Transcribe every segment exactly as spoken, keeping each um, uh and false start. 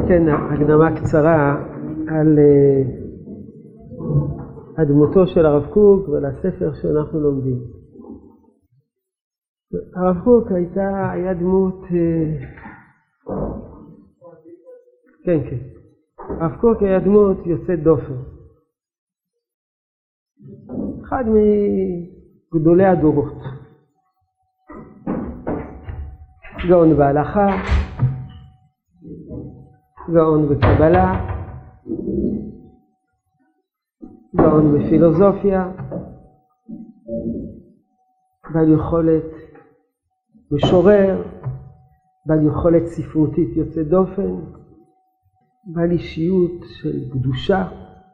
ניתן הקדמה קצרה על הדמותו של הרב קוק ועל הספר שאנחנו לומדים. הרב קוק הייתה, היה דמות, כן כן, הרב קוק היה דמות יוצאת דופן. אחד מגדולי הדורות. גאון בהלכה, גאון בקבלה, גאון בפילוסופיה, בעל יכולת משורר, בעל יכולת ספרותית יוצאת דופן, בעל אישיות של קדושה.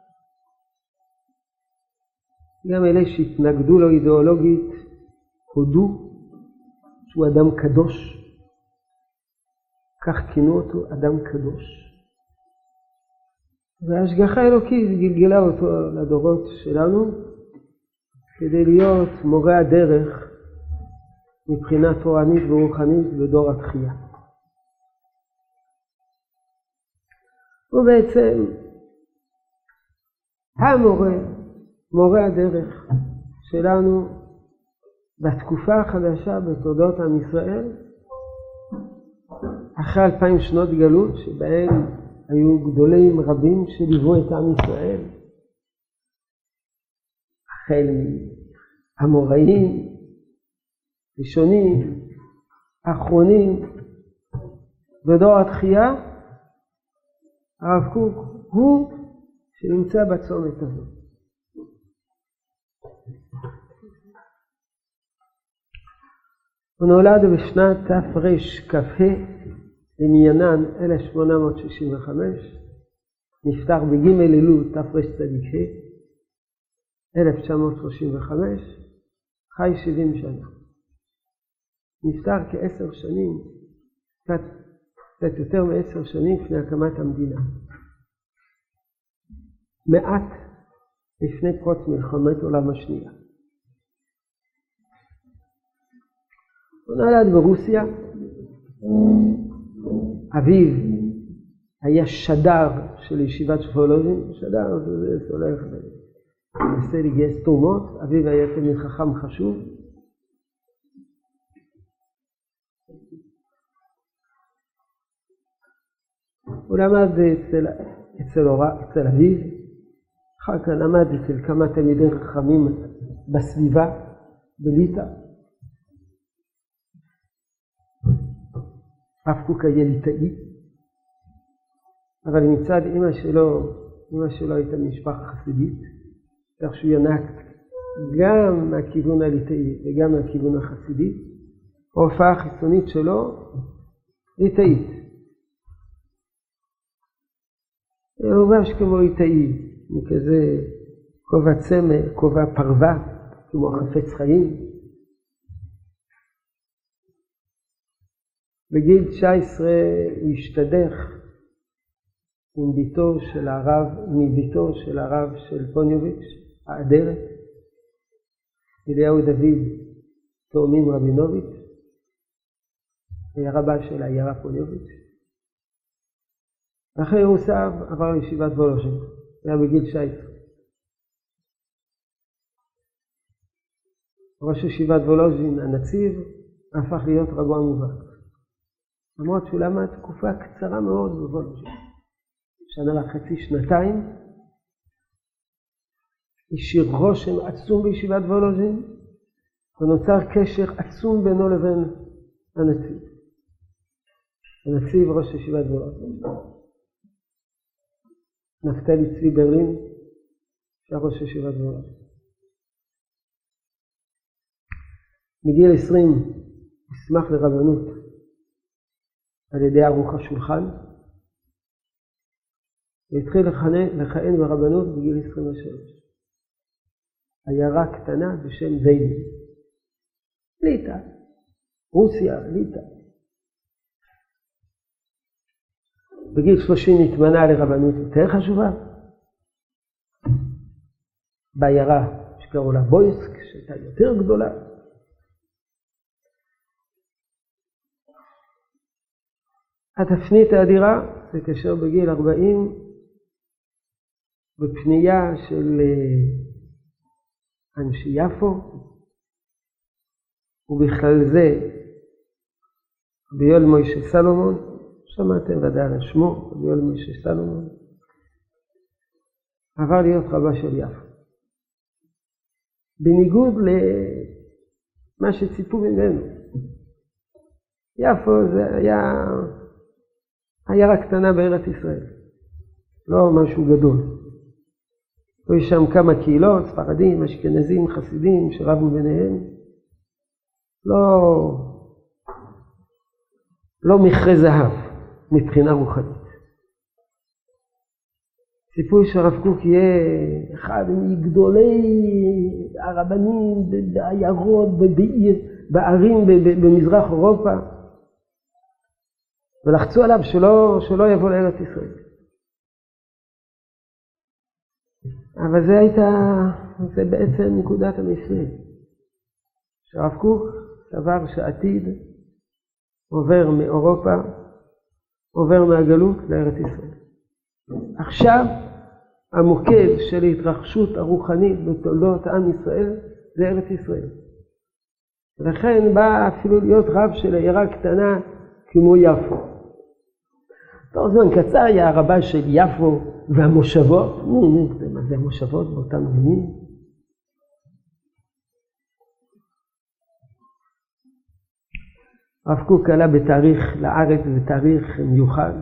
גם אלה שהתנגדו לו אידיאולוגית הודו שהוא אדם קדוש, כך כינו אותו אדם קדוש. וההשגחה האלוקית גלגלה אותו לדורות שלנו כדי להיות מורה הדרך מבחינה תורנית ורוחנית בדור התחייה. הוא בעצם המורה, מורה הדרך שלנו בתקופה החדשה בתולדות עם ישראל, אחרי אלפיים שנות גלות שבהם היו גדולים רבים שליוו את עם ישראל, החל מהאמוראים, ראשונים, אחרונים, בדור התחייה, הרב קוק הוא שנמצא בצומת הזאת. הוא נולד בשנת תרכ"ה למניינן אלף שמונה מאות שישים וחמש, נפטר בג' אלול תרצ"ה אלף תשע מאות שלושים וחמש, חי שבעים שנה. נפטר כעשר שנים, קצת, קצת יותר מעשר שנים לפני הקמת המדינה. מעט לפני פרוץ מלחמת העולם השנייה. הוא נולד ברוסיה. אביו היה שדר של ישיבת וולוז'ין. שדר זה הולך ומנסה לגייס תרומות. אביו היה תלמיד חכם חשוב. הוא למד אצל, אצל, אצל אביו. אחר כך למד אצל כמה תלמידי חכמים בסביבה, בליטא. הרב קוק היה ליטאי, אבל מצד אמא שלו, אמא שלו הייתה משפחה חסידית, כך שהוא ינק גם מהכיוון הליטאי וגם מהכיוון החסידי. ההופעה החיצונית שלו ליטאית. הוא ממש כמו ליטאי, מכזה כובע צמר, כובע פרווה, כמו חפץ חיים. בגיל תשע עשרה הוא השתדך עם ביתו של הרב, מביתו של הרב של פוניוביץ', האדרת, אליהו דוד תאומים רבינוביץ', היה רבה של העיירה פוניוביץ'. אחרי רוסיו עבר לישיבת וולוז'ין, היה בגיל תשע עשרה. ראש ישיבת וולוז'ין, הנציב, הפך להיות רבו המובהק. למרות שהוא למד תקופה קצרה מאוד בוולוז'ין, שנה וחצי, שנתיים, השאיר רושם עצום בישיבת וולוז'ין, ונוצר קשר עצום בינו לבין הנציב. הנציב ראש ישיבת וולוז'ין, נפתלי צבי ברלין, שהיה ראש ישיבת וולוז'ין. מגיל עשרים הוסמך לרבנות על ידי ערוך השולחן, והתחיל לכהן ברבנות בגיל עשרים ושלוש. עיירה קטנה בשם זיידין. ליטא, רוסיה, ליטא. בגיל שלושים התמנה לרבנות יותר חשובה, בעיירה שקראו לה בויסק, שהייתה יותר גדולה. התפנית האדירה זה כאשר בגיל ארבעים, בפנייה של אנשי יפו, ובכלל זה ביול מוישה סלומון, שמעתם ודאי על שמו, ביול מוישה סלומון, עבר להיות רבה של יפו. בניגוד למה שציפו ממנו. יפו זה היה עיירה קטנה בארץ ישראל, לא משהו גדול. היו שם כמה קהילות, ספרדים, אשכנזים, חסידים שרבו ביניהם. לא, לא מכרה זהב מבחינה רוחנית. ציפו שהרב קוק יהיה אחד מגדולי הרבנים בעיירות, בערים במזרח אירופה, ולחצו עליו שלא, שלא יבוא לארץ ישראל. אבל זה הייתה, זה בעצם נקודת המפנה. שהרב קוק סבר שעתיד עובר מאירופה, עובר מהגלות לארץ ישראל. עכשיו המוקד של ההתרחשות הרוחנית בתולדות עם ישראל זה ארץ ישראל. ולכן בא אפילו להיות רב של עיירה קטנה כמו יפו. תוך זמן קצר היה הרבה של יפו והמושבות. מה זה המושבות באותם מינים? הרב קוק עלה בתאריך לארץ, בתאריך מיוחד.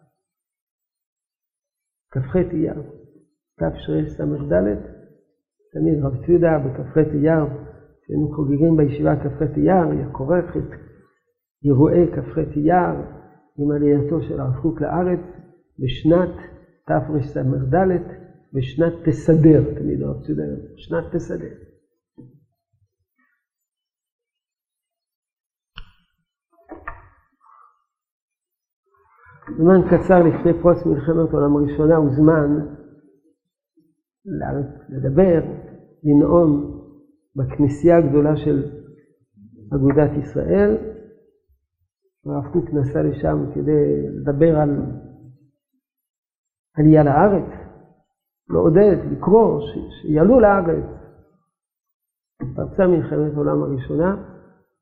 כ"ח אייר, תשס"ד, תמיד רב ציודה בכ"ח אייר, שהיינו חוגגים בישיבה כ"ח אייר, היה כורך את אירועי כ"ח אייר עם עלייתו של הרב קוק לארץ בשנת תרס"ד, בשנת תסדר, תמיד רב ציודה, שנת תסדר. זמן קצר לפני פרוץ מלחמת העולם הראשונה הוא זמן לדבר, לנאום בכנסייה הגדולה של אגודת ישראל. הרב קוק נסע לשם כדי לדבר על עלייה לארץ, לעודד, לקרוא, ש- שיעלו לארץ. פרצה מלחמת העולם הראשונה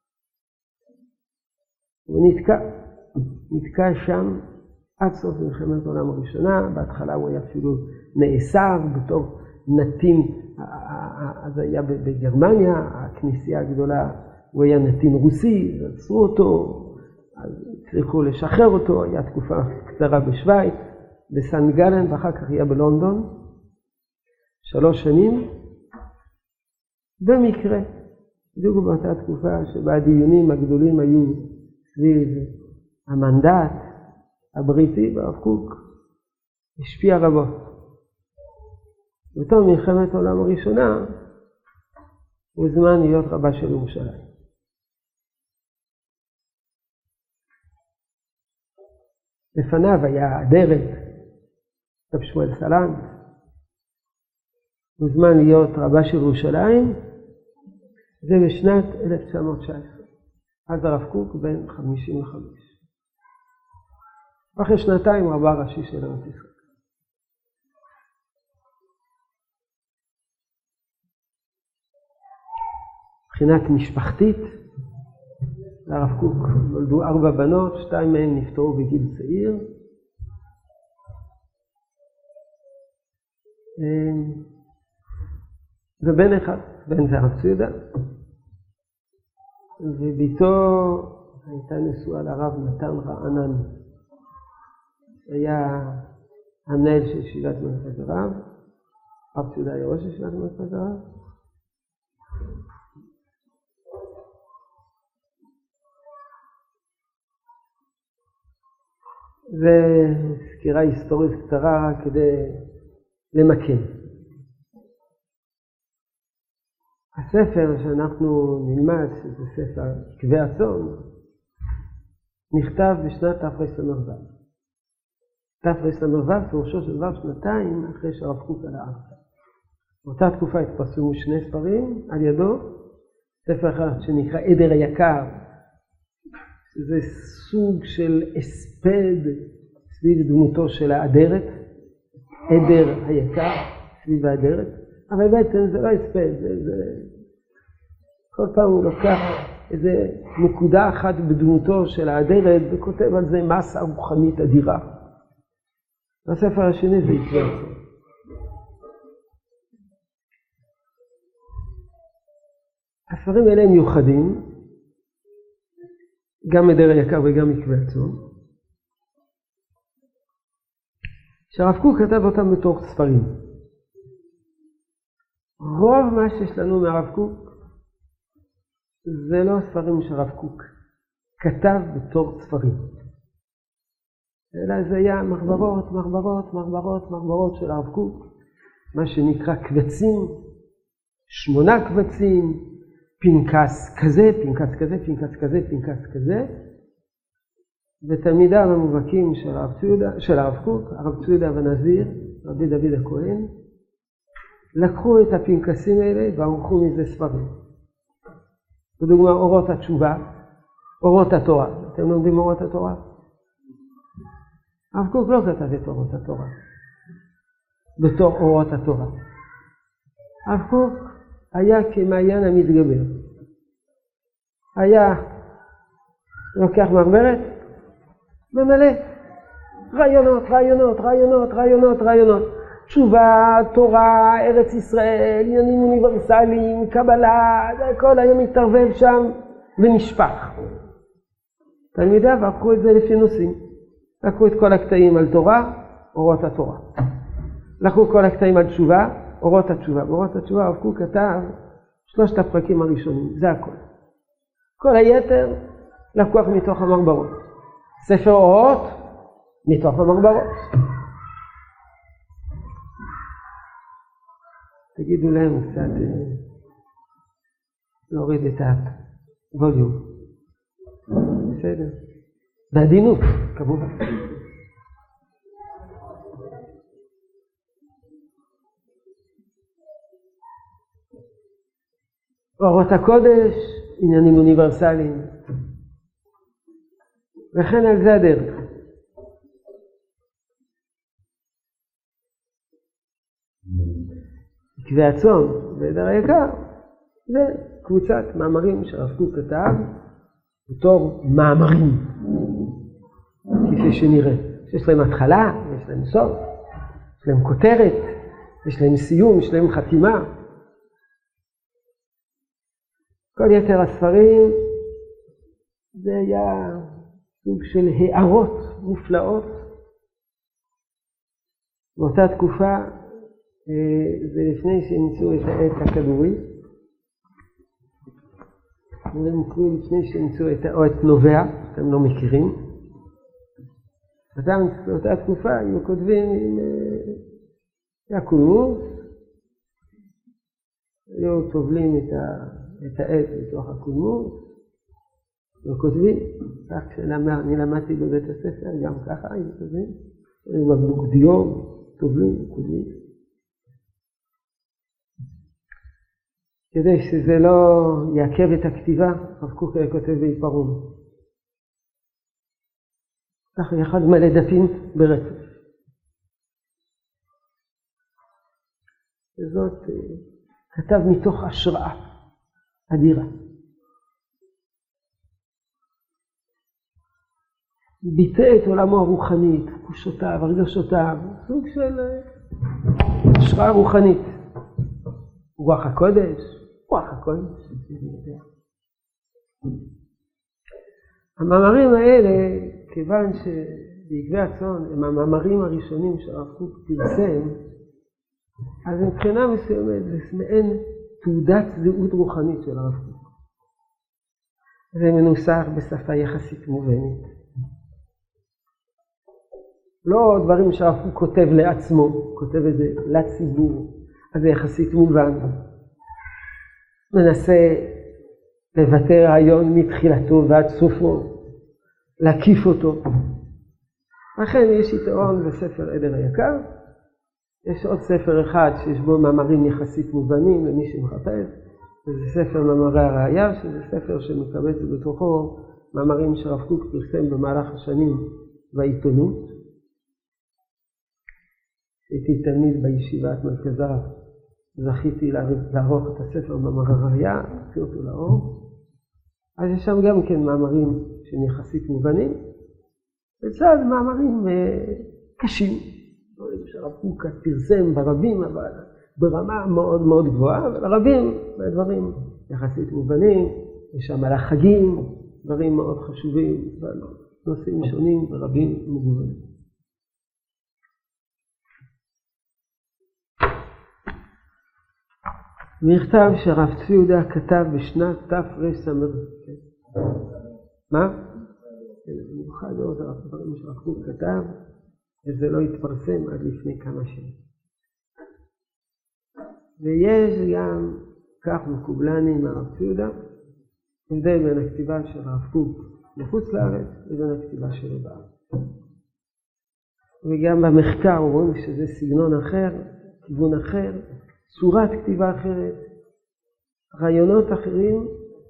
ונתקע, נתקע שם עד סוף מלחמת העולם הראשונה. בהתחלה הוא היה אפילו נאסר בתור נתין, אז היה בגרמניה, הכנסייה הגדולה, הוא היה נתין רוסי, ועצרו אותו, אז הצליחו לשחרר אותו, היה תקופה קצרה בשוויץ, בסן גלן, ואחר כך היה בלונדון, שלוש שנים, במקרה, בדיוק באותה תקופה שבה הדיונים הגדולים היו סביב המנדט הבריטי, והרב קוק השפיע רבות. בתום מלחמת העולם הראשונה הוא זמן להיות רבה של ירושלים. לפניו היה אדרת, רב שמואל סלנט, הוא זמן להיות רבה של ירושלים, זה בשנת אלף תשע מאות תשע עשרה. אז הרב קוק בן חמישים וחמש. אחרי שנתיים רבה ראשי של ארץ ישראל. מבחינה משפחתית, לרב קוק נולדו ארבע בנות, שתיים מהן נפטרו בגיל צעיר. ובן אחד, בן זה הרב ציודה, וביתו הייתה נשואה לרב נתן רענן, היה המנהל של ישיבת מרכז הרב. הרב ציודה היה ראש ישיבת מרכז הרב. וסקירה היסטורית קצרה כדי למקם. הספר שאנחנו נלמד, שזה ספר עקבי הצאן, נכתב בשנת תרס"ו. תרס"ו פירושו של דבר שנתיים אחרי שהרב קוק עלה ארצה. באותה תקופה התפרסמו שני ספרים על ידו, ספר אחד שנקרא עדר היקר, שזה סוג של הספד סביב דמותו של האדרת, עדר היקר סביב האדרת, אבל בעצם זה לא הספד, זה, זה... כל פעם הוא לוקח איזה נקודה אחת בדמותו של האדרת וכותב על זה מסה רוחנית אדירה. הספר השני זה יקרה. הספרים האלה הם מיוחדים, גם עדר היקר וגם עקבי הצאן, שהרב קוק כתב אותם בתור ספרים. רוב מה שיש לנו מהרב קוק זה לא ספרים שהרב קוק כתב בתור ספרים, אלא זה היה מחברות, מחברות, מחברות, מחברות של הרב קוק, מה שנקרא קבצים, שמונה קבצים, פנקס כזה, פנקס כזה, פנקס כזה, פנקס כזה, ותלמידיו המובהקים של הרב צבי, של הרב קוק, הרב צבי ונזיר, רבי דוד הכהן, לקחו את הפנקסים האלה וערכו מזה ספרים. בדוגמה אורות התשובה, אורות התורה. אתם לומדים אורות התורה? הרב קוק לא כתב את אורות התורה בתור אורות התורה. הרב קוק היה כמעיין המתגבר. היה לוקח מחברת, ממלא רעיונות, רעיונות, רעיונות, רעיונות, רעיונות. תשובה, תורה, ארץ ישראל, עניינים אוניברסליים, קבלה, הכל היה מתערבב שם ונשפך. תלמידיו ערכו את זה לפי נושאים. לקחו את כל הקטעים על תורה, אורות התורה. לקחו כל הקטעים על תשובה, אורות התשובה. באורות התשובה הרב קוק כתב שלושת הפרקים הראשונים, זה הכל. כל היתר לקוח מתוך המחברות. ספר אורות מתוך המחברות. תגידו להם קצת להוריד את הווליום. בסדר. בעדינות, כמובן. אורות הקודש, עניינים אוניברסליים. וכן על זה הדרך. עקבי הצאן ועדר היקר זה קבוצת מאמרים שהרב קוק כתב בתור מאמרים, כפי שנראה. יש להם התחלה, יש להם סוף, יש להם כותרת, יש להם סיום, יש להם חתימה. כל יתר הספרים זה היה סוג של הערות מופלאות. באותה תקופה, זה לפני שהמצאו את העט הכדורי, זה מקרים לפני שהמצאו את האות נובע, אתם לא מכירים. אדם באותה תקופה היו כותבים עם הקולמוס, היו טובלים את ה... את העט בתוך הקולמוס, וכותבים, כך שאני למדתי בבית הספר, גם ככה היו כותבים, היו בקבוק דיו, טובלים וכותבים. כדי שזה לא יעכב את הכתיבה, הרב קוק היה כותב בעיפרון. ככה אחד מלא דפים ברצף. וזאת כתב מתוך השראה אדירה. ביטא את עולמו הרוחנית, תחושותיו, הרגשותיו, סוג של השראה רוחנית. רוח הקודש, רוח הקודש. המאמרים האלה, כיוון שבעקבי הצאן הם המאמרים הראשונים שהרב קוק פרסם, אז מבחינה מסוימת זה מעין תעודת זהות רוחנית של הרב קוק. זה מנוסח בשפה יחסית מובנת. לא דברים שהרב קוק כותב לעצמו, כותב את זה לציבור, אז זה יחסית מובן. מנסה לבטא רעיון מתחילתו ועד סופו, להקיף אותו. לכן יש יתרון בספר עדר היקר. יש עוד ספר אחד שיש בו מאמרים יחסית מובנים למי שמחפש, וזה ספר מאמרי הראייה, שזה ספר שמקבץ בתוכו מאמרים שהרב קוק פרסם במהלך השנים בעיתונות. הייתי תלמיד בישיבת מרכז הרב, זכיתי לערוך את הספר מאמר הראייה, הוציא אותו לאור. אז יש שם גם כן מאמרים שהם יחסית מובנים, בצד מאמרים קשים, שהרב קוק פרסם ברבים, אבל ברמה מאוד מאוד גבוהה, אבל רבים מהדברים יחסית מובנים, יש שם על החגים, דברים מאוד חשובים, נושאים שונים ורבים מגוונים. מכתב שהרב צבי יהודה כתב בשנת תרס"ג. מה? במיוחד עוד דברים שהרב קוק כתב, וזה לא התפרסם עד לפני כמה שנים. ויש גם, כך מקובלני מהרב צבי יהודה, הבדל בין הכתיבה של הרב קוק מחוץ לארץ לבין הכתיבה שלו בארץ. וגם במחקר רואים שזה סגנון אחר, כיוון אחר, צורת כתיבה אחרת, רעיונות אחרים.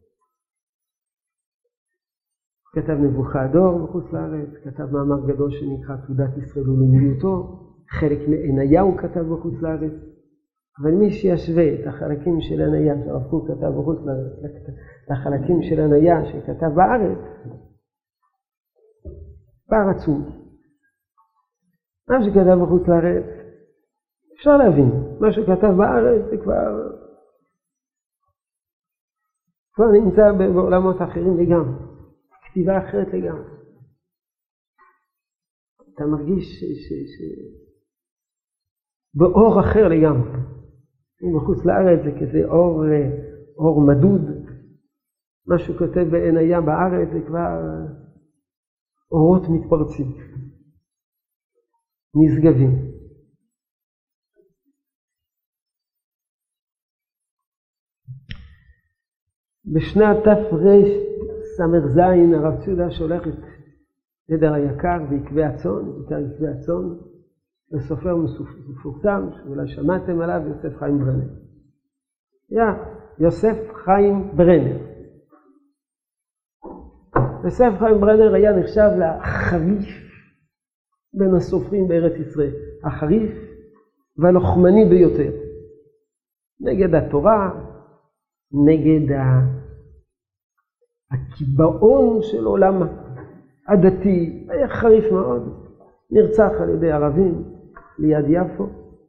כתב נבוכדנצר מחוץ לארץ, כתב מאמר גדול שנקרא תעודת ישראל ולאומיותו, חלק מעניה הוא כתב בחוץ לארץ, אבל מי שישווה את החלקים של עניה שהרב קוק כתב בחוץ לארץ, את החלקים של עניה שכתב בארץ, פער עצום. מה שכתב בחוץ לארץ, אפשר להבין, מה שכתב בארץ זה כבר, כבר נמצא בעולמות אחרים לגמרי, כתיבה אחרת לגמרי. אתה מרגיש ש... ש... ש... באור אחר לגמרי. בחוץ לארץ זה כזה אור, אור מדוד, מה שהוא כותב בעניה בארץ זה כבר אורות מתפרצים, נשגבים. בשנת תרס"ז הרב צבי יהודה שולח את נדר היקר ועקבי הצאן, יותר עקבי הצאן, לסופר מפורסם שאולי שמעתם עליו, יוסף חיים ברנר. יא, יוסף חיים ברנר. יוסף חיים ברנר היה נחשב לחריף בין הסופרים בארץ ישראל, החריף והלוחמני ביותר. נגד התורה, נגד הקיבעון של עולם הדתי, היה חריף מאוד, נרצח על ידי ערבים ליד יפו.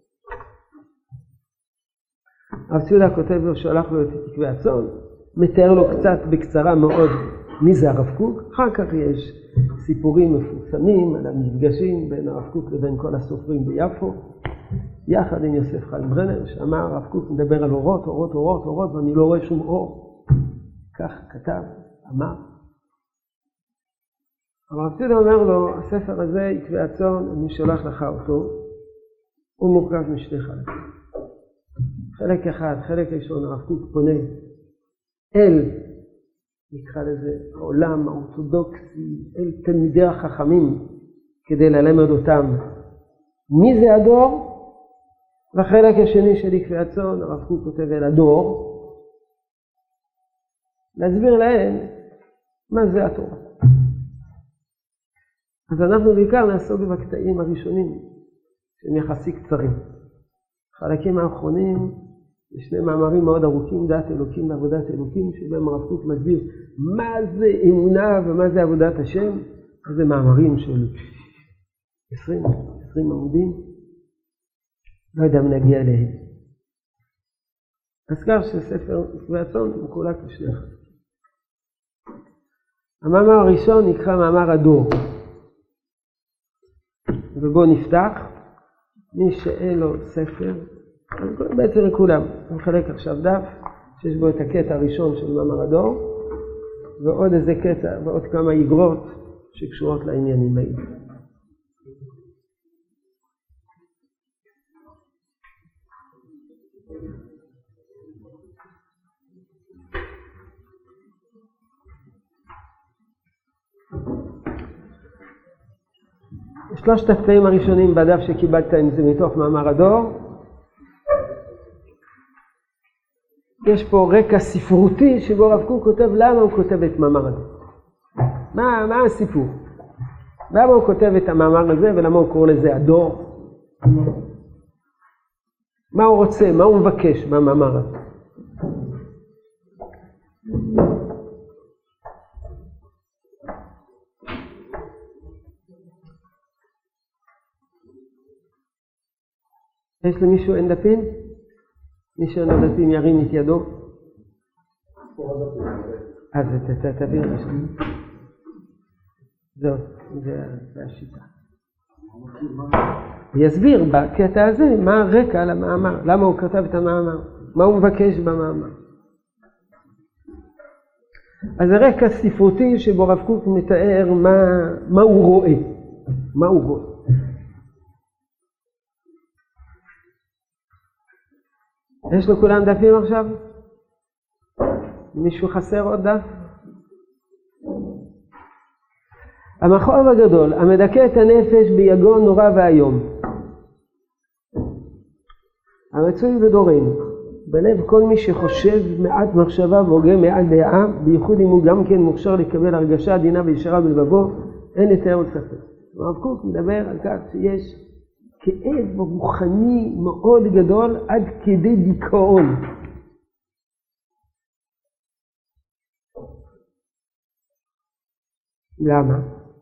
הרב צבי יהודה כותב לו, שלח לו את עקבי הצאן, מתאר לו קצת בקצרה מאוד מי זה הרב קוק. אחר כך יש סיפורים מפורסמים על המפגשים בין הרב קוק לבין כל הסופרים ביפו, יחד עם יוסף חיים ברנר, שאמר הרב קוק מדבר על אורות, אורות, אורות, אורות, ואני לא רואה שום אור. כך כתב, אמר. הרב צבי יהודה אומר לו, הספר הזה, עקבי הצאן, אני שולח לך אותו, הוא מורכב משתי חלקים. חלק אחד, חלק ראשון, הרב קוק פונה אל, נקרא לזה, העולם האורתודוקסי, אל תלמידי החכמים, כדי ללמד אותם מי זה הדור. והחלק השני של עקבי הצאן, הרב קוק כותב אל הדור, להסביר להם מה זה התורה. אז אנחנו בעיקר נעסוק בקטעים הראשונים, שהם יחסית קצרים. חלקים האחרונים, שני מאמרים מאוד ארוכים, דת אלוקים ועבודת אלוקים, שבהם הרב קוק מסביר מה זה אמונה ומה זה עבודת השם. זה מאמרים של עשרים עמודים, לא יודע אם נגיע אליהם. אז כך שספר עקבי הצאן מחולק לשני חלקים. המאמר הראשון נקרא מאמר הדור, ובו נפתח. מי שאין לו ספר, בעצם לכולם, אני מחלק עכשיו דף שיש בו את הקטע הראשון של מאמר הדור, ועוד איזה קטע ועוד כמה איגרות שקשורות לעניינים האלה. שלושת הקטעים הראשונים בדף שקיבלת עם זה מתוך מאמר הדור. יש פה רקע ספרותי שבו הרב קוק כותב למה הוא כותב את מאמר הדור. מה, מה הסיפור? למה הוא כותב את המאמר הזה ולמה הוא קורא לזה הדור? מה הוא רוצה? מה הוא מבקש במאמר הזה? יש למישהו אין דפים? מישהו אין דפים ירים את ידו? אז תביא יש לי. זאת, זה השיטה. יסביר בקטע הזה מה הרקע למאמר, למה הוא כתב את המאמר, מה הוא מבקש במאמר. אז הרקע ספרותי שבו רב קוק מתאר מה, מה הוא רואה, מה הוא רואה. יש לו כולם דפים עכשיו? מישהו חסר עוד דף? המכאוב הגדול המדכא את הנפש ביגון נורא והיום, המצוי בדורנו, בלב כל מי שחושב מעט מחשבה והוגה מעט דעה, בייחוד אם הוא גם כן מוכשר לקבל הרגשה עדינה וישרה בלבבו, אין לתאר ולספר. הרב קוק מדבר על כך שיש כאב רוחני מאוד גדול עד כדי דיכאון. למה?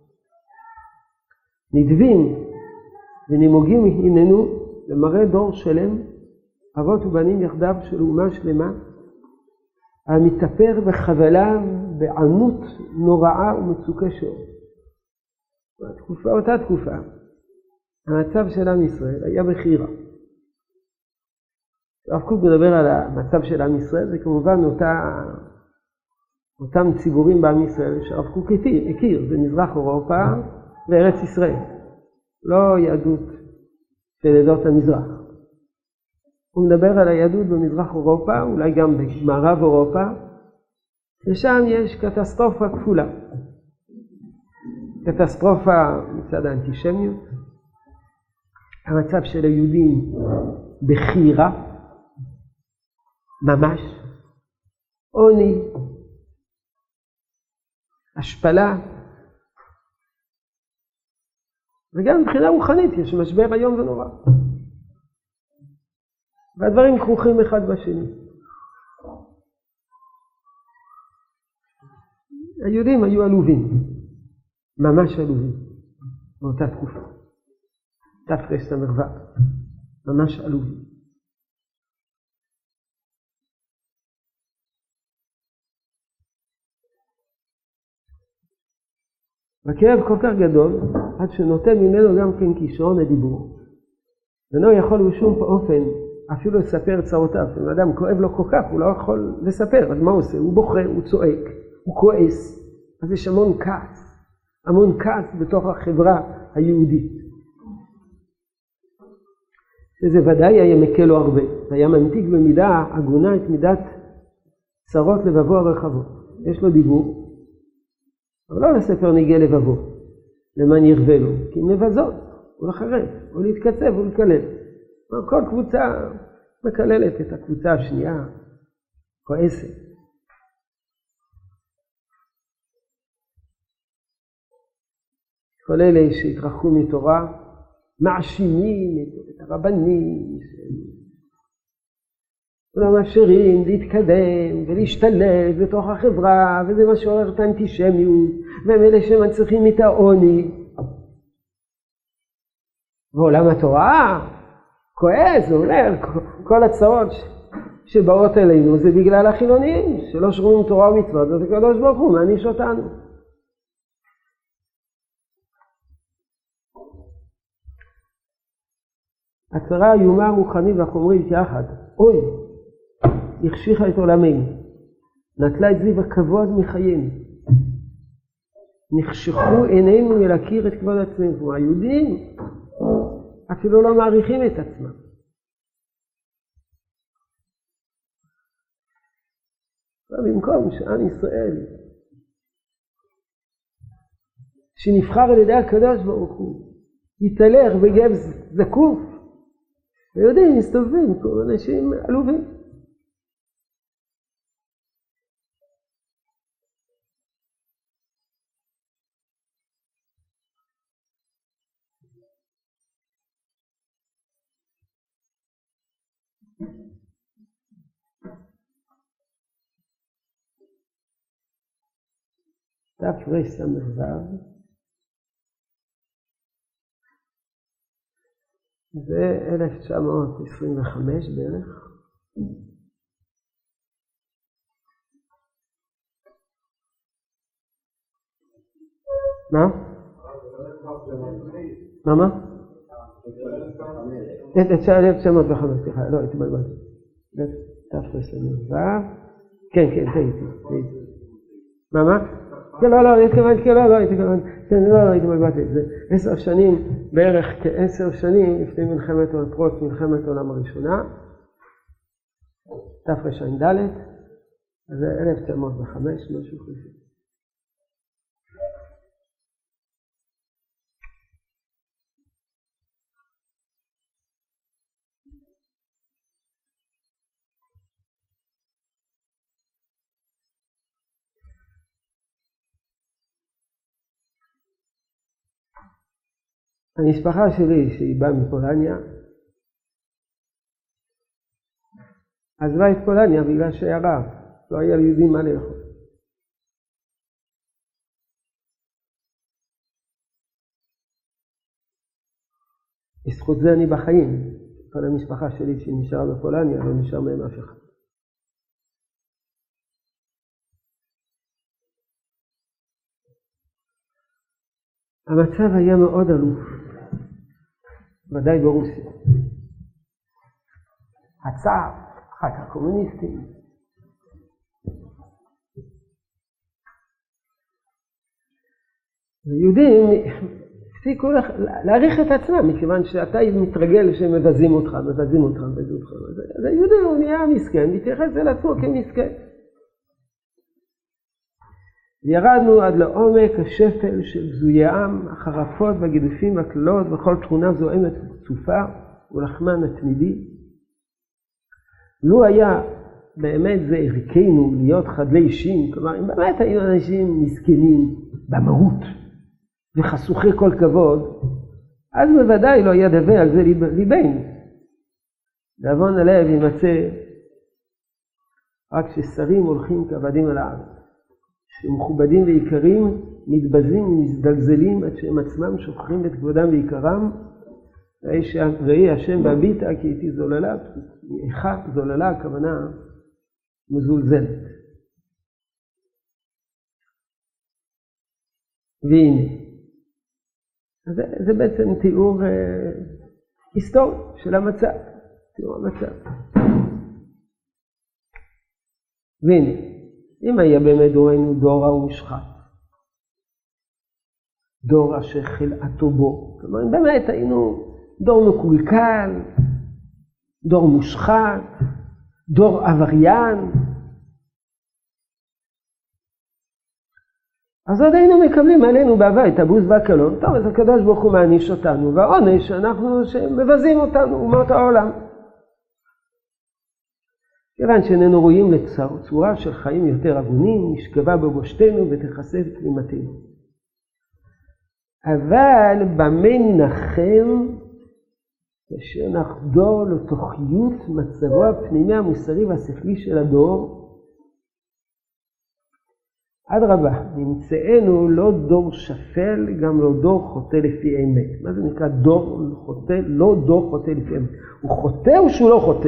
נדבים ונימוגים הננו למראה דור שלם, אבות ובנים יחדיו של אומה שלמה, המתאפר בחבליו בענות נוראה ומצוקה שור. התקופה, אותה תקופה, המצב של עם ישראל היה בחירה. הרב קוק מדבר על המצב של עם ישראל, זה כמובן אותה, אותם ציבורים בעם ישראל שהרב קוק הכיר, זה מזרח אירופה וארץ ישראל, לא יהדות של עדות המזרח. הוא מדבר על היהדות במזרח אירופה, אולי גם במערב אירופה, ושם יש קטסטרופה כפולה. קטסטרופה מצד האנטישמיות, המצב של היהודים בחירה, ממש, עוני, השפלה, וגם מבחינה רוחנית יש משבר איום ונורא. והדברים כרוכים אחד בשני. היהודים היו עלובים, ממש עלובים, באותה תקופה. תפרש סמרווה, ממש עלובים. והכאב כל כך גדול, עד שנותן ממנו גם כן כישרון הדיבור. ולא יכול בשום אופן אפילו לספר צרותיו. אם אדם כואב לו כל כך, הוא לא יכול לספר. אז מה הוא עושה? הוא בוכה, הוא צועק, הוא כועס. אז יש המון כעס, המון כעס בתוך החברה היהודית. וזה ודאי היה מקל לו הרבה. היה ממתיק במידה הגונה את מידת צרות לבבו הרחבות. יש לו דיבור, אבל לא לספר ניגי לבבו, למען ירווה לו, כי אם לבזות, או לחרף, או להתקצב, או לקלל. כל קבוצה מקללת את הקבוצה השנייה, כועסת. כל אלה שהתרחקו מתורה, מאשימים את הרבנים, ולא מאפשרים להתקדם ולהשתלב בתוך החברה, וזה מה שעורר את האנטישמיות, והם אלה שמנציחים את העוני. ועולם התורה כועס, הוא אומר, כל הצרות שבאות אלינו זה בגלל החילונים, שלא שומרים תורה ומצוות, אז הקדוש ברוך הוא מעניש אותנו. הצרה האיומה הרוחנית והחומרית יחד, אוי, החשיכה את עולמנו, נטלה את זיו הכבוד מחיינו, נחשכו עינינו מלהכיר את כבוד עצמנו. כמו היהודים אפילו לא מעריכים את עצמם. במקום שעם ישראל שנבחר על ידי הקדוש ברוך הוא יתהלך בגב זקוף, ויודעים, מסתובבים כל אנשים עלובים. תרס"ו, זה אלף תשע מאות עשרים וחמש בערך. מה? מה מה? אלף תשע מאות וחמש, סליחה, לא, הייתי בלבלתי. תרס"ו, כן, כן, הייתי, הייתי. מה מה? כן, לא, לא, התכוונתי, כן, לא, לא, התכוונתי, כן, לא, לא, הייתי בלבלתי. זה עשר שנים, בערך כעשר שנים, לפני מלחמת פרוץ, מלחמת העולם הראשונה, תרע"ד, זה אלף תשע מאות וחמש, משהו כזה. המשפחה שלי, שהיא באה מפולניה, עזבה את פולניה בגלל שהיה רעב, לא היה ליהודים מה לאכול. בזכות זה אני בחיים, כל המשפחה שלי שנשארה בפולניה, לא נשאר מהם אף אחד. המצב היה מאוד עלוב, ודאי ברוסיה. הצער, אחת הקומוניסטים. ויהודים הפסיקו להעריך את עצמם, מכיוון שאתה מתרגל שהם מבזים אותך, מבזים אותך, מבזים אותך. אז היהודי הוא נהיה מסכן, מתייחס אל עצמו כמסכן. וירדנו עד לעומק השפל של בזויי העם, החרפות והגידופים והקללות וכל תכונה זוהמת וצופה ולחמן התמידי. לו היה באמת זה ערכנו להיות חדלי אישים, כלומר אם באמת היינו אנשים מסכנים במהות וחסוכי כל כבוד, אז בוודאי לא היה דווה על זה ליבנו. לעוון הלב יימצא רק ששרים הולכים כעבדים על הארץ. שמכובדים ויקרים מתבזים ומזדלזלים עד שהם עצמם שוכחים את כבודם ויקרם. ראי השם בהביטה כי איתי זוללה, איכה זוללה, הכוונה מזולזלת. והנה, זה, זה בעצם תיאור אה, היסטורי של המצב, תיאור המצב. והנה, אם היה באמת דורנו דור המושחת, דור אשר חלאתו בו, כלומר, באמת היינו דור מקולקל, דור מושחת, דור עבריין, אז עוד היינו מקבלים עלינו בעבר את הבוז והקלון. טוב, אז הקדוש ברוך הוא מעניש אותנו, והעונש אנחנו שמבזים אותנו, אומות העולם. כיוון שאיננו רואים לצורה של חיים יותר הגונים, נשכבה בבושתנו ותחשף כלימתנו. אבל במה ננחם כאשר נחדור לתוכיות מצבו הפנימי המוסרי והשכלי של הדור? אדרבה, נמצאנו לא דור שפל, גם לא דור חוטא לפי אמת. מה זה נקרא דור חוטא? לא דור חוטא לפי אמת. הוא חוטא או שהוא לא חוטא?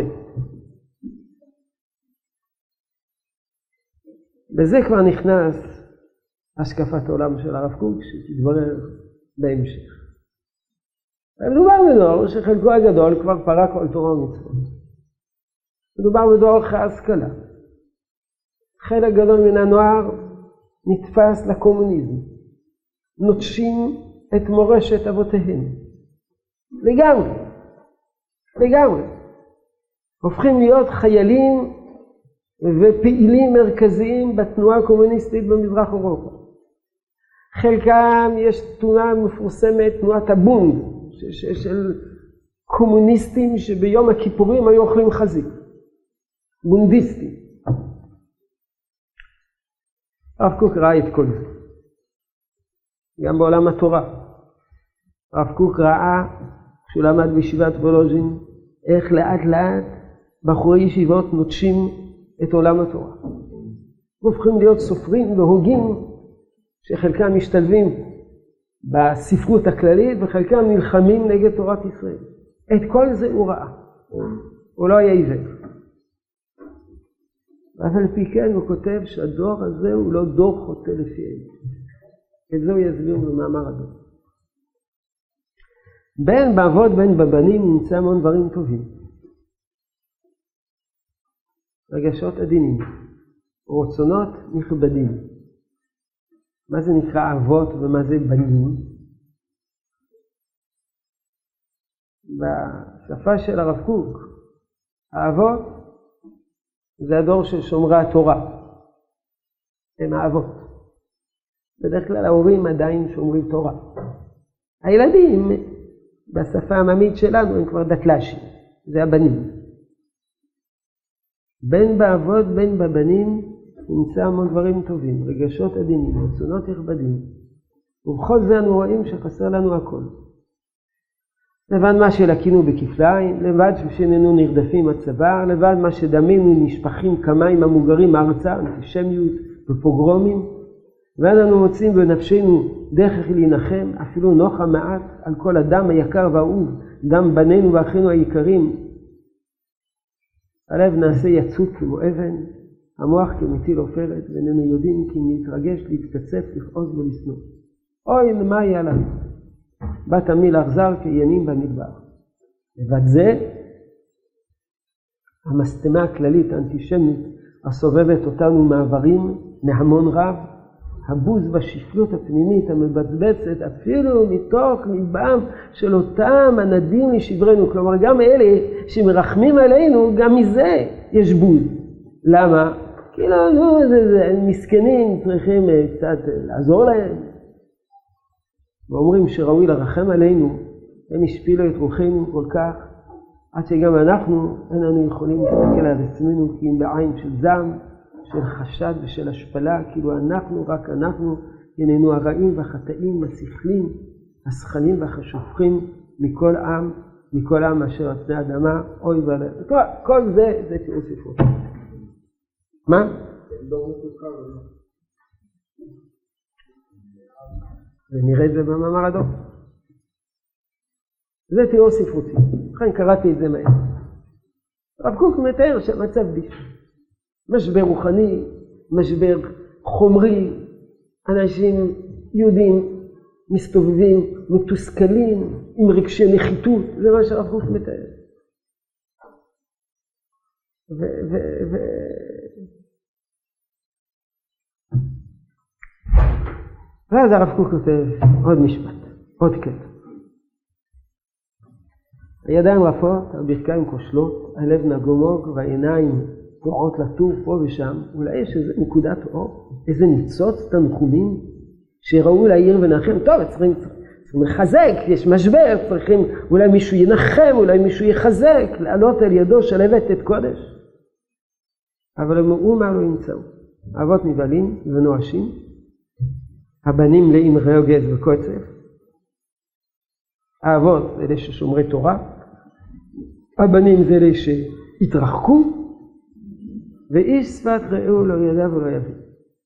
בזה כבר נכנס השקפת העולם של הרב קוק, שתתברר בהמשך. מדובר בדור שחלקו הגדול כבר פרק כל תורה ומצוות. מדובר בדור אחרי השכלה. חלק גדול מן הנוער נתפס לקומוניזם. נוטשים את מורשת אבותיהם. לגמרי. לגמרי. הופכים להיות חיילים ופעילים מרכזיים בתנועה הקומוניסטית במזרח אירופה. חלקם יש תנועה מפורסמת, תנועת הבונד, של קומוניסטים שביום הכיפורים היו אוכלים חזיר. בונדיסטים. הרב קוק ראה את כל זה. גם בעולם התורה. הרב קוק ראה, כשהוא למד בישיבת וולוז'ין, איך לאט לאט בחורי ישיבות נוטשים את עולם התורה. הופכים להיות סופרים והוגים שחלקם משתלבים בספרות הכללית וחלקם נלחמים נגד תורת ישראל. את כל זה הוא ראה, הוא לא היה עיוור. אבל פי כן הוא כותב שהדור הזה הוא לא דור חוטא לפי האמת. את זה הוא יסביר במאמר הדור. בין באבות בין בבנים נמצא המון דברים טובים. רגשות עדינים, רצונות נכבדים. מה זה נקרא אבות ומה זה בנים? בשפה של הרב קוק, האבות זה הדור של שומרי התורה. הם האבות. בדרך כלל ההורים עדיין שומרים תורה. הילדים, בשפה העממית שלנו, הם כבר דקלשים. זה הבנים. בין באבות בין בבנים נמצא המון דברים טובים, רגשות עדינים, רצונות נכבדים. ובכל זה אנו רואים שחסר לנו הכל. לבד מה שלקינו בכפליים, לבד שאיננו נרדפים הצבא, לבד מה שדמינו נשפכים כמים המוגרים ארצה, אנטישמיות ופוגרומים, ואנו מוצאים בנפשנו דרך להנחם, אפילו נוח המעט, על כל הדם היקר והאהוב, דם בנינו ואחינו היקרים. הלב נעשה יצוק כמו אבן, המוח כמטיל עופרת, ואיננו יודעים כי נתרגש, להתקצף, לכעוס ולשנוא. אוי, מה היה לנו? בת עמי לאכזר כעיינים במדבר. לבד זה, המסתמה הכללית האנטישמית הסובבת אותנו מעברים, מהמון רב, הבוז והשפלות הפנימית המבצבצת אפילו מתוך ליבם של אותם הנדים לשברנו. כלומר, גם אלה שמרחמים עלינו, גם מזה יש בוז. למה? כי לא, לא, זה, זה, מסכנים, צריכים קצת לעזור להם. ואומרים שראוי לרחם עלינו, הם השפילו את רוחנו כל כך, עד שגם אנחנו איננו יכולים להסתכל על עצמנו כי אם בעין של זעם, של חשד ושל השפלה, כאילו אנחנו, רק אנחנו, איננו הרעים והחטאים, השכלים, השכלים והחשופים מכל עם, מכל עם אשר על פני האדמה, אוי ולב. כל, כל זה, זה תיאור ספרות. מה? ונראה את זה במאמר הדור. זה תיאור ספרותי. לכן קראתי את זה מהר. הרב קוק מתאר שהמצב דיש. משבר רוחני, משבר חומרי, אנשים יהודים מסתובבים, מתוסכלים, עם רגשי נחיתות, זה מה שהרב קוק מתאר. ו... ו... ו... ואז הרב קוק כותב עוד משפט, עוד קטע. הידיים רפות, הברכיים כושלות, הלב נגומוג והעיניים תועות לטור פה ושם. אולי יש איזה נקודת אור, איזה ניצוץ תנחומים שראו להעיר ונחם. טוב, צריכים, צריכים לחזק, יש משבר, צריכים, אולי מישהו ינחם, אולי מישהו יחזק, לעלות על ידו שלבת את קודש. אבל הם אמרו מה לא ימצאו. אבות נבלים ונואשים, הבנים מלאים רוגז וקוצף, האבות זה אלה ששומרי תורה, הבנים זה אלה שהתרחקו, ואיש שפת רעהו לא ידע ולא יבין.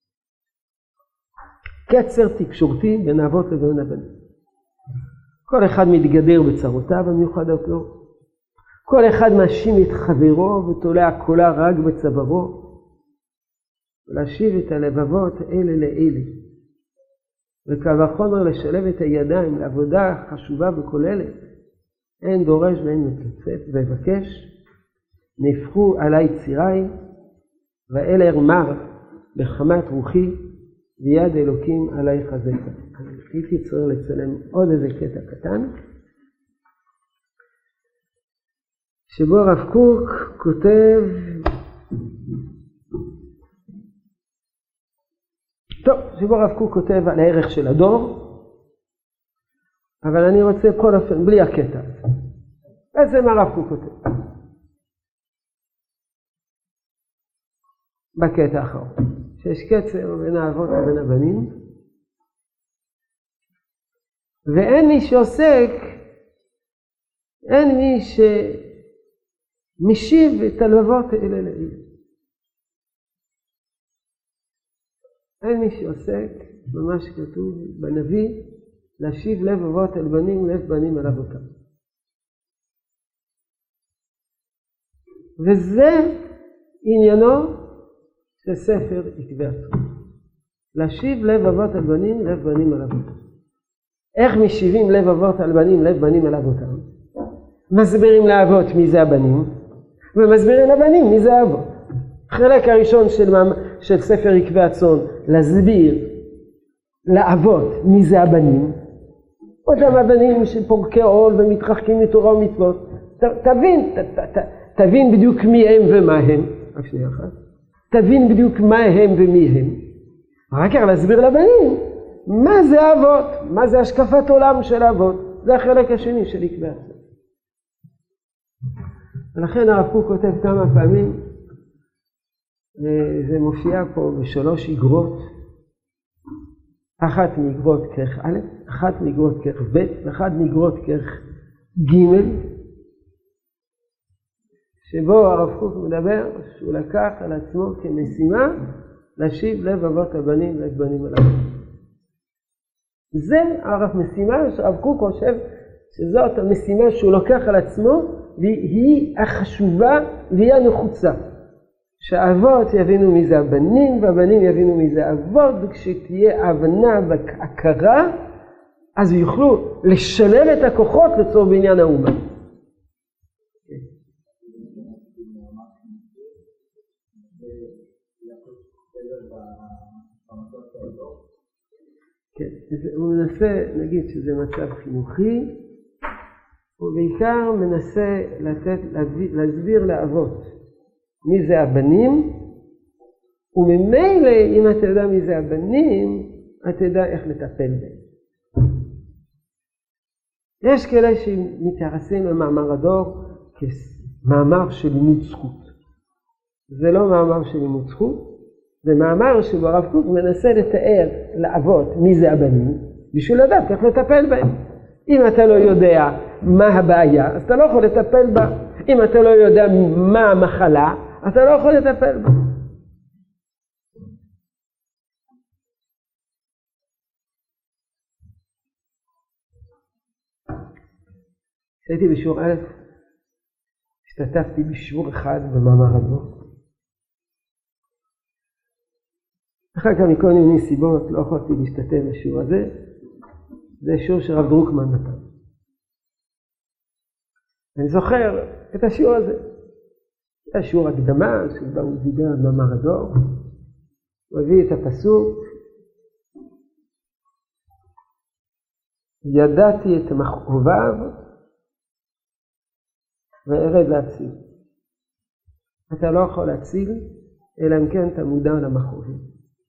קצר תקשורתי בין האבות לבין הבנים. כל אחד מתגדר בצרותיו המיוחדות לו. כל אחד מאשים את חברו ותולע קולה רק בצווארו. ולהשיב את הלבבות אלה לאלה. וקל וחומר לשלב את הידיים לעבודה חשובה וכוללת. אין דורש ואין מקצף ובקש. נפחו עלי ציריי ואלה ארמר בחמת רוחי ויד אלוקים עלי חזקה. הייתי צריך לצלם עוד איזה קטע קטן שבו הרב קוק כותב, טוב, שבו הרב קוק כותב על הערך של הדור, אבל אני רוצה בכל אופן בלי הקטע הזה. אז זה מה הרב קוק כותב בקטע האחרון, שיש קצר בין האבות ובין הבנים, ואין מי שעוסק, אין מי שמשיב את הלבבות האלה לאלה. אין מי שעוסק ממש כתוב בנביא, להשיב לב אבות אל בנים, לב בנים אל אבותם. וזה עניינו של ספר עקבי הצאן. להשיב לב אבות אל בנים, לב בנים אל אבותם. איך משיבים לב אבות אל בנים, לב בנים אל אבותם? מסבירים לאבות מי זה הבנים, ומסבירים לבנים מי זה האבות. החלק הראשון של, של ספר עקבי הצאן, להסביר לאבות מי זה הבנים, אותם הבנים שפורקי עול ומתרחקים מתורה ומצוות. ת, תבין, ת, ת, ת, תבין בדיוק מי הם ומה הם, רק שנייה אחת, תבין בדיוק מה הם ומי הם, רק כך להסביר לבנים מה זה האבות, מה זה השקפת עולם של האבות. זה החלק השני של עקבי הצאן. ולכן הרב קוק כותב כמה פעמים, זה מופיע פה בשלוש איגרות, אחת מאיגרות כרך א', אחת מאיגרות כרך ב', ואחת מאיגרות כרך ג', שבו הרב קוק מדבר שהוא לקח על עצמו כמשימה להשיב לב אבות הבנים, לב בנים אל אבותם. זה הרב משימה שהרב קוק חושב שזאת המשימה שהוא לוקח על עצמו, והיא החשובה והיא הנחוצה. שהאבות יבינו מי זה הבנים, והבנים יבינו מי זה האבות, וכשתהיה הבנה והכרה, אז יוכלו לשלב את הכוחות לצורך בעניין האומה. כן, הוא מנסה, נגיד שזה מצב חינוכי, הוא בעיקר מנסה לתת, להסביר לאבות מי זה הבנים, וממילא אם אתה יודע מי זה הבנים, אתה יודע איך לטפל בהם. יש כאלה שמתייחסים למאמר הדור כמאמר של לימוד זכות. זה לא מאמר של לימוד זכות, זה מאמר שבו הרב קוק מנסה לתאר לאבות מי זה הבנים, בשביל לדעת איך לטפל בהם. אם אתה לא יודע מה הבעיה, אז אתה לא יכול לטפל בה. אם אתה לא יודע מה המחלה, אתה לא יכול לטפל בה. כשהייתי בשיעור א', השתתפתי בשיעור אחד במאמר הדור. אחר כך מכל מיני סיבות לא יכולתי להשתתף בשיעור הזה. זה שיעור שרב דרוקמן נתן. אני זוכר את השיעור הזה. זה השיעור הקדמה שבה הוא דיבר על מאמר הדור. הוא הביא את הפסוק. ידעתי את מכאוביו וארד להציל. אתה לא יכול להציל אלא אם כן אתה מודע למכאובים.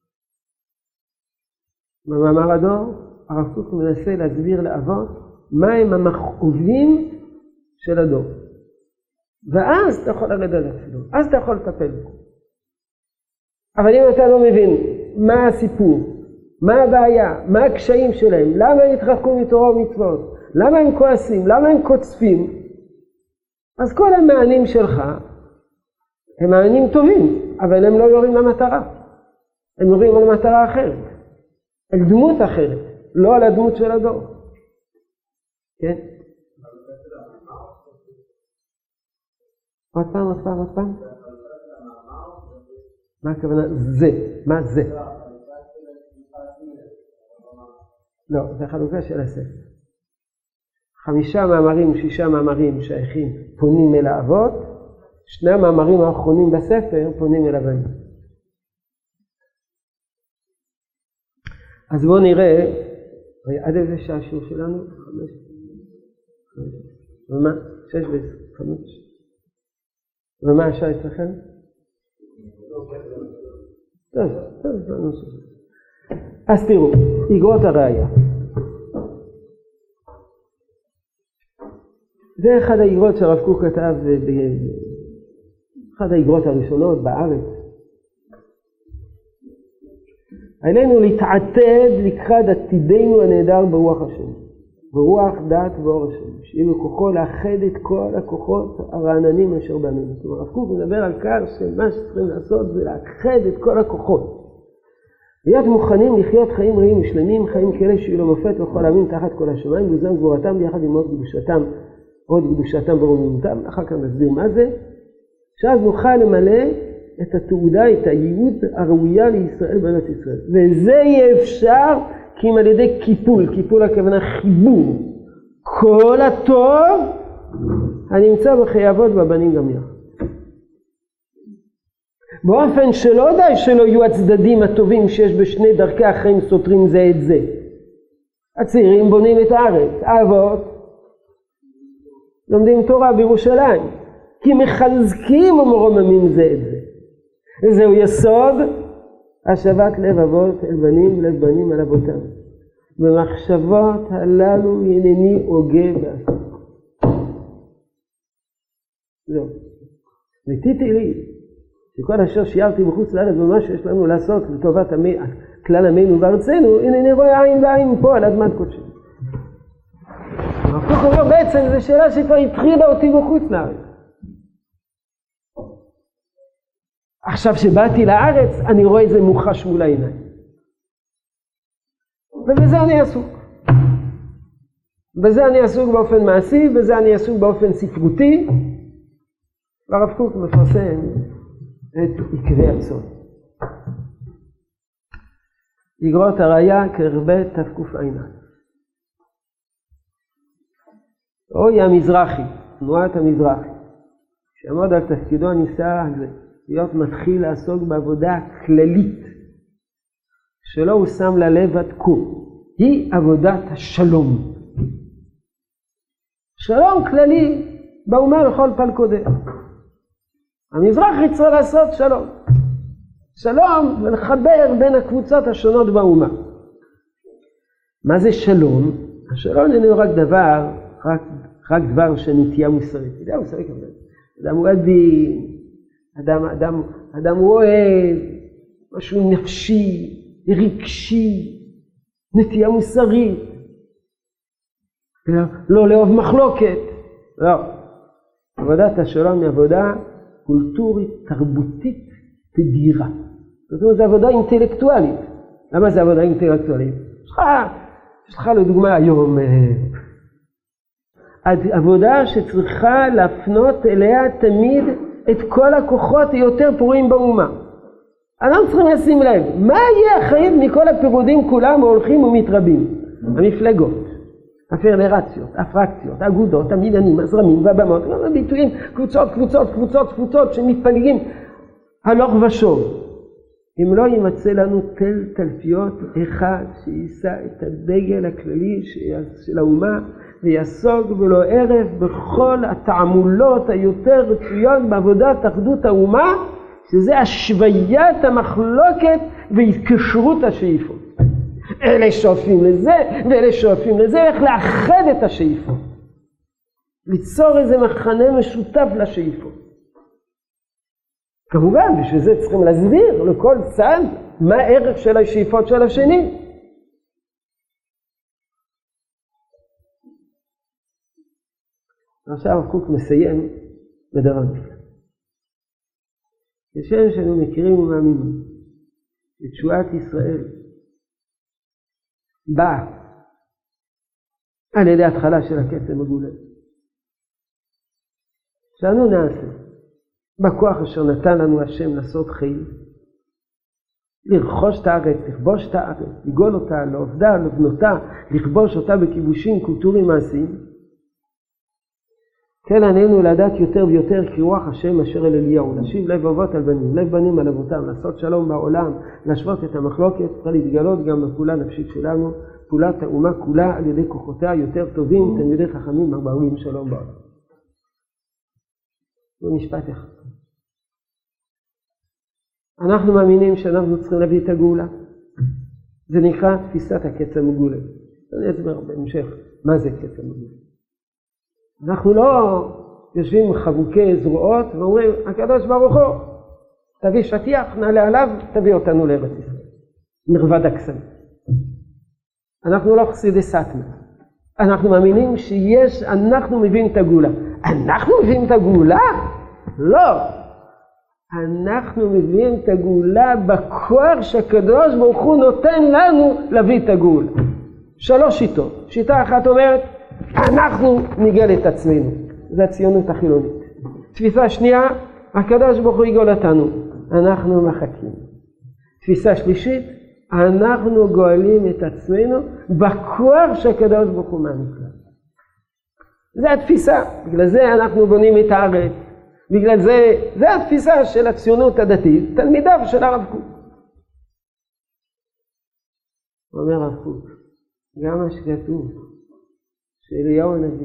במאמר הדור הרב קוק מנסה להסביר לאבות מה הם המכאובים של הדור. ואז אתה יכול לרדת להצילו, אז אתה יכול לטפל בו. אבל אם אתה לא מבין מה הסיפור, מה הבעיה, מה הקשיים שלהם, למה הם התרחקו מתורה ומצוות, למה הם כועסים, למה הם קוצפים, אז כל המענים שלך הם מענים טובים, אבל הם לא יורים למטרה. הם יורים על מטרה אחרת, על דמות אחרת, לא על הדמות של הדור. כן? עוד פעם, עוד פעם, עוד פעם. מה הכוונה? זה. מה זה? לא, זה חלוקה של הספר. חמישה מאמרים, שישה מאמרים שייכים פונים אל האבות, שני המאמרים האחרונים בספר פונים אל הבנים. אז בואו נראה, עד איזה שעה השיעור שלנו? חמש. ומה? שש וחמש. ומה השעה אצלכם? טוב, טוב, טוב. אז תראו, איגרות הראייה. זה אחד האיגרות שהרב קוק כתב, אחד האיגרות הראשונות בארץ. עלינו להתעתד לקראת עתידנו הנהדר ברוח השם, ברוח דעת ואור השם, שיהיה בכוחו לאחד את כל הכוחות הרעננים אשר בנו. כלומר, הרב קוק מדבר על כך שמה שצריכים לעשות זה לאחד את כל הכוחות. להיות מוכנים לחיות חיים רעים ושלמים, חיים כאלה שיהיו למופת וכל העמים תחת כל השמיים, וזם גבורתם ביחד עם עוד קדושתם, עוד קדושתם ורוממותם. אחר כך נסביר מה זה. שאז נוכל למלא את התעודה, את הייעוד הראויה לישראל בארץ ישראל. וזה יהיה אפשר כי אם על ידי קיפול, קיפול הכוונה חיבור, כל הטוב הנמצא בחיי אבות והבנים גם יחד. באופן שלא די שלא יהיו הצדדים הטובים שיש בשני דרכי החיים סותרים זה את זה. הצעירים בונים את הארץ, האבות לומדים תורה בירושלים, כי מחזקים ומרוממים זה את זה. וזהו יסוד השבת לב אבות אל בנים ולב בנים על אבותם. במחשבות הללו ינני הוגה ועשה. זהו. ותיתי לי שכל אשר שיערתי בחוץ לארץ ומה שיש לנו לעשות לטובת המי, כלל עמנו וארצנו, הנני רואה עין בעין פה על אדמת קודשנו. הפוך אומר בעצם זו שאלה שכבר התחילה אותי בחוץ לארץ. עכשיו שבאתי לארץ אני רואה איזה מוחש מול העיניים. ובזה אני עסוק. בזה אני עסוק באופן מעשי, בזה אני עסוק באופן ספרותי. והרב קוק מפרסם את עיקרי הצאן. איגרות הראיה כרבה תקע"א. אוי המזרחי, תנועת המזרחי, שעמוד על תפקידו הניסה הזה, להיות מתחיל לעסוק בעבודה כללית, שלא הוא שם ללב עד כה, היא עבודת השלום. שלום כללי באומה לכל פלגותיה. המזרחי צריך לעשות שלום. שלום ולחבר בין הקבוצות השונות באומה. מה זה שלום? השלום אינו רק דבר, רק, רק דבר שנטייה מוסרית. נטייה מוסרית כמובן. אדם הוא עדין, אדם, אדם, אדם הוא אוהב, משהו נפשי, רגשי, נטייה מוסרית. לא, לא לאהוב מחלוקת. לא. עבודת השלום היא עבודה קולטורית, תרבותית, תדירה. זאת אומרת, זו עבודה אינטלקטואלית. למה זה עבודה אינטלקטואלית? יש לך, יש לך לדוגמה היום, עבודה שצריכה להפנות אליה תמיד את כל הכוחות היותר פרועים באומה. אנחנו צריכים לשים לב, מה יהיה החיים מכל הפירודים כולם הולכים ומתרבים? המפלגות, הפדרציות, הפרקציות, האגודות, המדענים, הזרמים והבמות, הביטויים, קבוצות, קבוצות, קבוצות, קבוצות שמתפלגים הלוך ושוב. אם לא יימצא לנו תל תלפיות אחד שיישא את הדגל הכללי של האומה ויסוג ולא ערב בכל התעמולות היותר רצויות בעבודת אחדות האומה, שזה השוויית המחלוקת והתקשרות השאיפות. אלה שואפים לזה ואלה שואפים לזה, איך לאחד את השאיפות. ליצור איזה מחנה משותף לשאיפות. כמובן, בשביל זה צריכים להסביר לכל צד מה הערך של השאיפות של השני. עכשיו הרב קוק מסיים בדבר נפלא. כשם שאנו מכירים ומאמינים לתשועת ישראל באה על ידי התחלה של הקסם הגאולה. שאנו נעשה בכוח אשר נתן לנו השם לעשות חיים, לרכוש את הארץ, לכבוש את הארץ, לגאול אותה, לעובדה, לבנותה, לכבוש אותה בכיבושים קולטוריים מעשיים. כן עלינו לדעת יותר ויותר כי רוח השם אשר אל אליהו, להשיב לב אבות על בנים, לב בנים על אבותם, לעשות שלום בעולם, להשוות את המחלוקת, צריך להתגלות גם בפעולה הנפשית שלנו, פעולת האומה כולה על ידי כוחותיה יותר טובים, תלמידי חכמים מרבים שלום בעולם. במשפט אחד. אנחנו מאמינים שאנחנו צריכים להביא את הגאולה. זה נקרא תפיסת הקץ המגולה. אני אסביר בהמשך מה זה קץ המגולה. אנחנו לא יושבים חבוקי זרועות ואומרים, הקדוש ברוך הוא, תביא שטיח, נעלה עליו, תביא אותנו לארץ ישראל. מרבד הקסם. אנחנו לא חסידי סאטמר. אנחנו מאמינים שיש, אנחנו מביאים את הגאולה. אנחנו מביאים את הגאולה? לא. אנחנו מביאים את הגאולה בכוח שהקדוש ברוך הוא נותן לנו להביא את הגאולה. שלוש שיטות. שיטה אחת אומרת, אנחנו נגאל את עצמנו. זה הציונות החילונית. תפיסה שנייה, הקדוש ברוך הוא יגאל אותנו. אנחנו מחכים. תפיסה שלישית, אנחנו גואלים את עצמנו בכוח שהקדוש ברוך הוא מעניק לנו. זה התפיסה. בגלל זה אנחנו בונים את הארץ. בגלל זה, זה התפיסה של הציונות הדתית, תלמידיו של הרב קוק. אומר הרב קוק, גם מה שכתוב, שאליהו הנביא,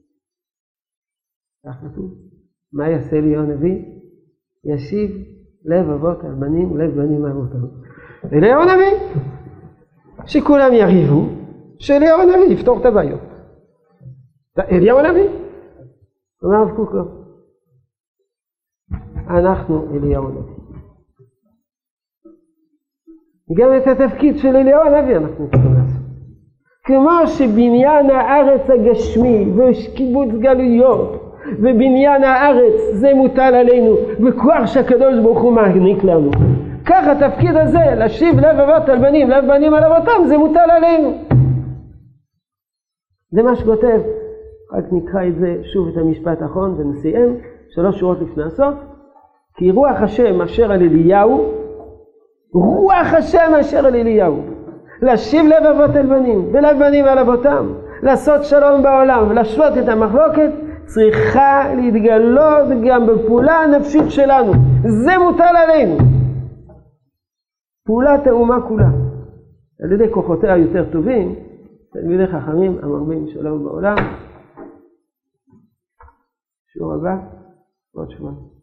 כך כתוב, מה יעשה אליהו הנביא? ישיב לב אבות על בנים, לב בנים על אבותם. אליהו הנביא, שכולם יריבו, שאליהו הנביא יפתור את הבעיות. אליהו הנביא, אומר הרב קוק לא. אנחנו אליהו הנביא. גם את התפקיד של אליהו הנביא אנחנו צריכים לעשות. כמו שבניין הארץ הגשמי וקיבוץ גלויות ובניין הארץ זה מוטל עלינו בכוח שהקדוש ברוך הוא מעניק לנו, כך התפקיד הזה להשיב לב אבות על בנים, לב בנים על אבותם, זה מוטל עלינו. זה מה שכותב, רק נקרא את זה שוב את המשפט האחרון ונסיים שלוש שורות לפני הסוף. כי רוח השם אשר על אליהו, רוח השם אשר על אליהו, להשיב לב אבות אל בנים ולב בנים על אבותם, לעשות שלום בעולם ולשפוט את המחלוקת, צריכה להתגלות גם בפעולה הנפשית שלנו. זה מוטל עלינו. פעולת האומה כולה, על ידי כוחותיה יותר טובים, תלמידי חכמים המרבים שלום בעולם. שיעור הבא, עוד שבועיים.